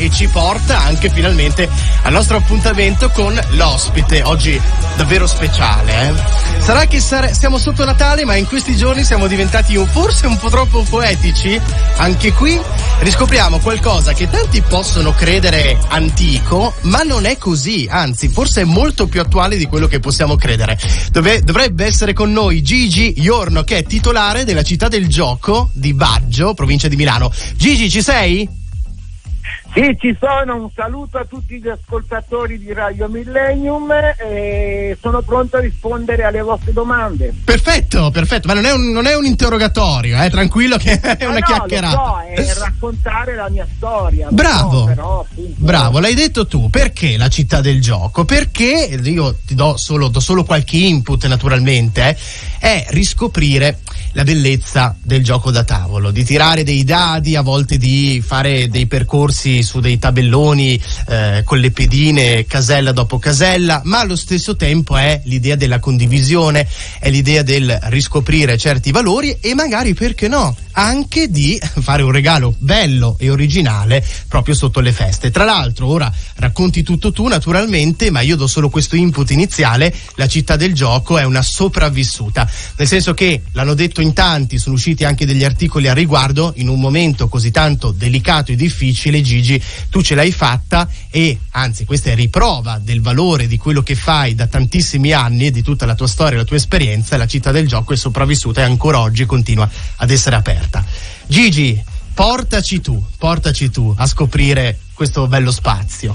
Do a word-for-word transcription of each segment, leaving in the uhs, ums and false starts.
e ci porta anche finalmente al nostro appuntamento con l'ospite, oggi davvero speciale. Eh? Sarà che sare- siamo sotto Natale, ma in questi giorni siamo diventati un, forse un po' troppo poetici? Anche qui riscopriamo qualcosa che tanti possono credere antico, ma non è così, anzi forse è molto più attuale di quello che possiamo credere. Dove, dovrebbe essere con noi Gigi Iorno, che è titolare della Città del Gioco di Baggio, provincia di Milano. Gigi, ci sei? Sì, ci sono, un saluto a tutti gli ascoltatori di Radio Millennium e sono pronto a rispondere alle vostre domande. Perfetto, perfetto, ma non è un, non è un interrogatorio, eh, tranquillo che è una no, chiacchierata. No, è raccontare la mia storia. Bravo, so, però, appunto, bravo, l'hai detto tu. Perché la Città del Gioco? Perché, io ti do solo, do solo qualche input naturalmente, eh, è riscoprire la bellezza del gioco da tavolo, di tirare dei dadi, a volte di fare dei percorsi su dei tabelloni eh, con le pedine casella dopo casella, ma allo stesso tempo è l'idea della condivisione, è l'idea del riscoprire certi valori e magari, perché no, anche di fare un regalo bello e originale proprio sotto le feste. Tra l'altro, ora racconti tutto tu naturalmente, ma io do solo questo input iniziale: la Città del Gioco è una sopravvissuta, nel senso che l'hanno detto in tanti, sono usciti anche degli articoli a riguardo. In un momento così tanto delicato e difficile, Gigi, tu ce l'hai fatta, e anzi questa è riprova del valore di quello che fai da tantissimi anni e di tutta la tua storia, la tua esperienza. La Città del Gioco è sopravvissuta e ancora oggi continua ad essere aperta. Gigi, portaci tu, portaci tu a scoprire questo bello spazio.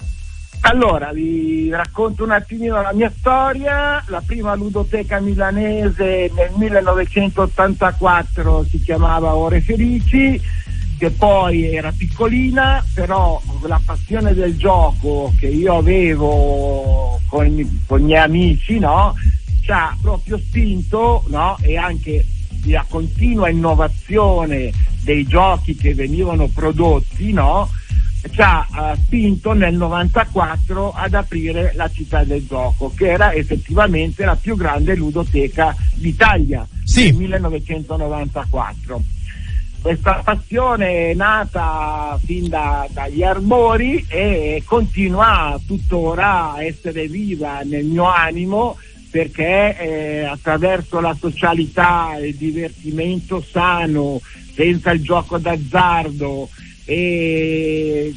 Allora, vi racconto un attimino la mia storia. La prima ludoteca milanese nel millenovecentottantaquattro si chiamava Ore Felici, che poi era piccolina, però la passione del gioco che io avevo con, con i miei amici, no, ci ha proprio spinto, no, e anche la continua innovazione dei giochi che venivano prodotti, no, ci ha uh, spinto nel novantaquattro ad aprire la Città del Gioco, che era effettivamente la più grande ludoteca d'Italia, sì, nel millenovecentonovantaquattro. Questa passione è nata fin da, dagli arbori e continua tuttora a essere viva nel mio animo, perché eh, attraverso la socialità, il divertimento sano, senza il gioco d'azzardo, e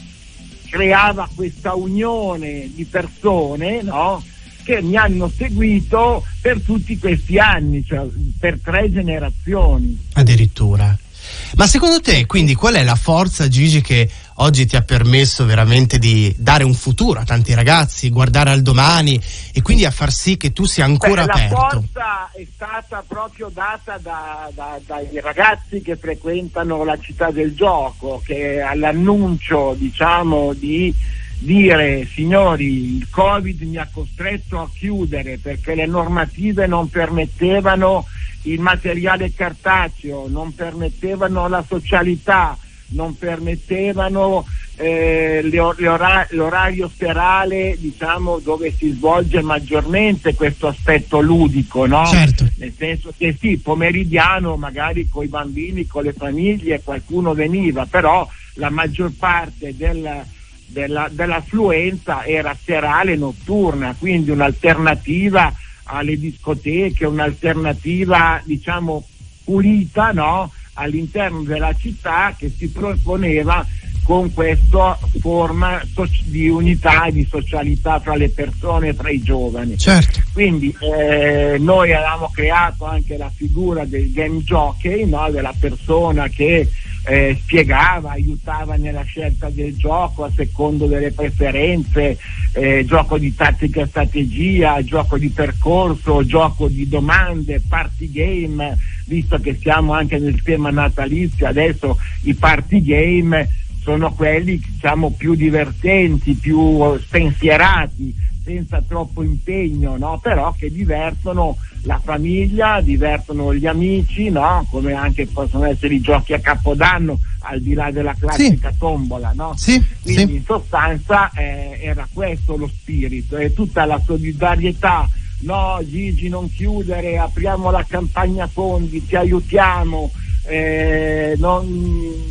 creava questa unione di persone, no, che mi hanno seguito per tutti questi anni, cioè per tre generazioni addirittura. Ma secondo te, quindi, qual è la forza, Gigi, che oggi ti ha permesso veramente di dare un futuro a tanti ragazzi, guardare al domani e quindi a far sì che tu sia ancora Beh, aperto? La forza è stata proprio data da, da, dai ragazzi che frequentano la Città del Gioco, che all'annuncio, diciamo, di dire: signori, il Covid mi ha costretto a chiudere perché le normative non permettevano il materiale cartaceo, non permettevano la socialità, non permettevano eh, le or- le ora- l'orario serale, diciamo, dove si svolge maggiormente questo aspetto ludico, no? Certo. Nel senso che sì, pomeridiano magari con i bambini, con le famiglie qualcuno veniva, però la maggior parte del, della, dell'affluenza era serale, notturna, quindi un'alternativa alle discoteche, un'alternativa, diciamo, pulita, no, all'interno della città, che si proponeva con questa forma di unità e di socialità tra le persone, tra i giovani. Certo. Quindi eh, noi avevamo creato anche la figura del game jockey, no, della persona che eh, spiegava, aiutava nella scelta del gioco a secondo delle preferenze, eh, gioco di tattica e strategia, gioco di percorso, gioco di domande, party game, visto che siamo anche nel tema natalizio. Adesso i party game sono quelli, diciamo, più divertenti, più spensierati, senza troppo impegno, no? Però che divertono la famiglia, divertono gli amici, no? Come anche possono essere i giochi a Capodanno, al di là della classica sì. tombola, no? Sì, Quindi sì. in sostanza eh, era questo lo spirito, e tutta la solidarietà. No, Gigi, non chiudere, apriamo la campagna fondi, ti aiutiamo, eh, non,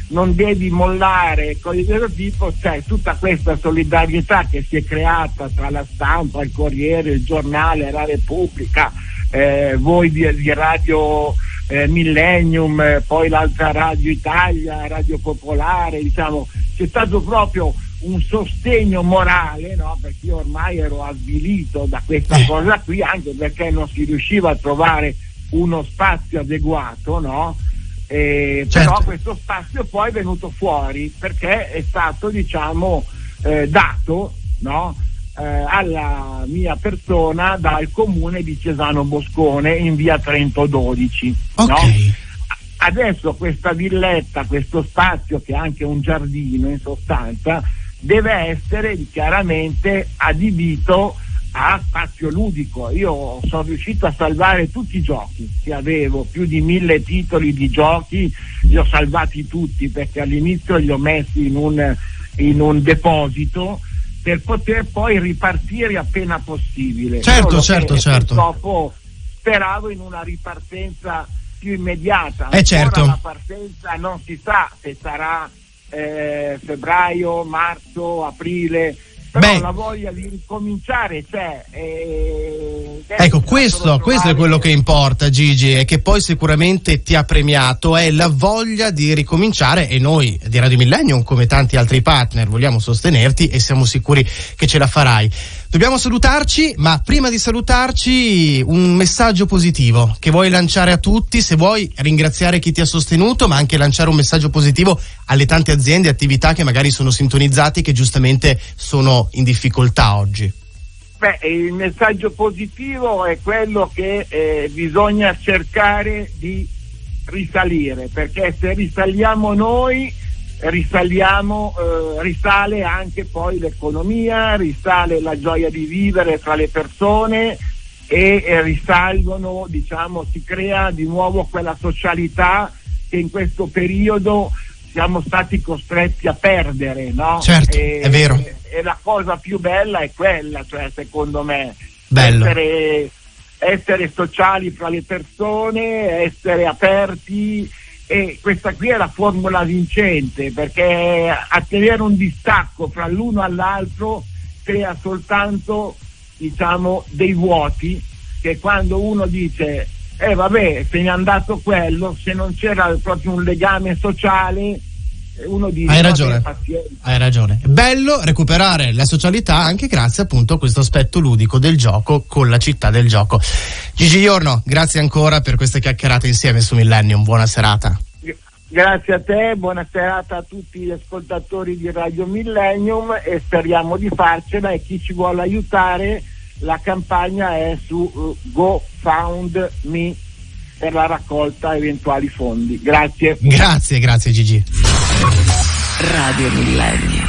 non devi mollare, cose di questo tipo. C'è tutta questa solidarietà che si è creata tra la stampa, il Corriere, il Giornale, la Repubblica, eh, voi di, di Radio eh, Millennium, eh, poi l'altra Radio Italia, Radio Popolare, diciamo, c'è stato proprio un sostegno morale, no? Perché io ormai ero avvilito da questa cosa qui, anche perché non si riusciva a trovare uno spazio adeguato, no? Eh, certo. Però questo spazio poi è venuto fuori perché è stato, diciamo, eh, dato, no? Eh, alla mia persona dal comune di Cesano Boscone in via Trento dodici, ok. No? Adesso questa villetta, questo spazio che è anche un giardino in sostanza, deve essere chiaramente adibito a spazio ludico. Io sono riuscito a salvare tutti i giochi che avevo, più di mille titoli di giochi, li ho salvati tutti perché all'inizio li ho messi in un, in un deposito per poter poi ripartire appena possibile. Certo, Solo certo, che certo. Purtroppo speravo in una ripartenza più immediata. Eh, certo. La partenza non si sa se sarà eh, febbraio, marzo, aprile, però Beh, la voglia di ricominciare c'è. Eh, ecco, questo, questo è quello che importa, Gigi, e che poi sicuramente ti ha premiato, è la voglia di ricominciare, e noi di Radio Millennium, come tanti altri partner, vogliamo sostenerti e siamo sicuri che ce la farai. Dobbiamo salutarci, ma prima di salutarci un messaggio positivo che vuoi lanciare a tutti, se vuoi ringraziare chi ti ha sostenuto, ma anche lanciare un messaggio positivo alle tante aziende e attività che magari sono sintonizzati, che giustamente sono in difficoltà oggi. Beh, il messaggio positivo è quello che eh, bisogna cercare di risalire, perché se risaliamo noi risaliamo, eh, risale anche poi l'economia, risale la gioia di vivere tra le persone e eh, risalgono, diciamo, si crea di nuovo quella socialità che in questo periodo siamo stati costretti a perdere, no? Certo, e, è vero. E la cosa più bella è quella, cioè secondo me, bello. Essere, essere sociali fra le persone, essere aperti. E questa qui è la formula vincente, perché a tenere un distacco fra l'uno all'altro crea soltanto, diciamo, dei vuoti, che quando uno dice eh vabbè, se n'è andato quello, se non c'era proprio un legame sociale, uno dice hai ragione, pazienza. Hai ragione. È bello recuperare la socialità anche grazie appunto a questo aspetto ludico del gioco con la città del gioco. Gigi Giorno, grazie ancora per queste chiacchierate insieme su Millennium, buona serata. Grazie a te, buona serata a tutti gli ascoltatori di Radio Millennium e speriamo di farcela, e chi ci vuole aiutare, la campagna è su uh, GoFundMe per la raccolta eventuali fondi. Grazie. Grazie, grazie Gigi. Radio Millennium.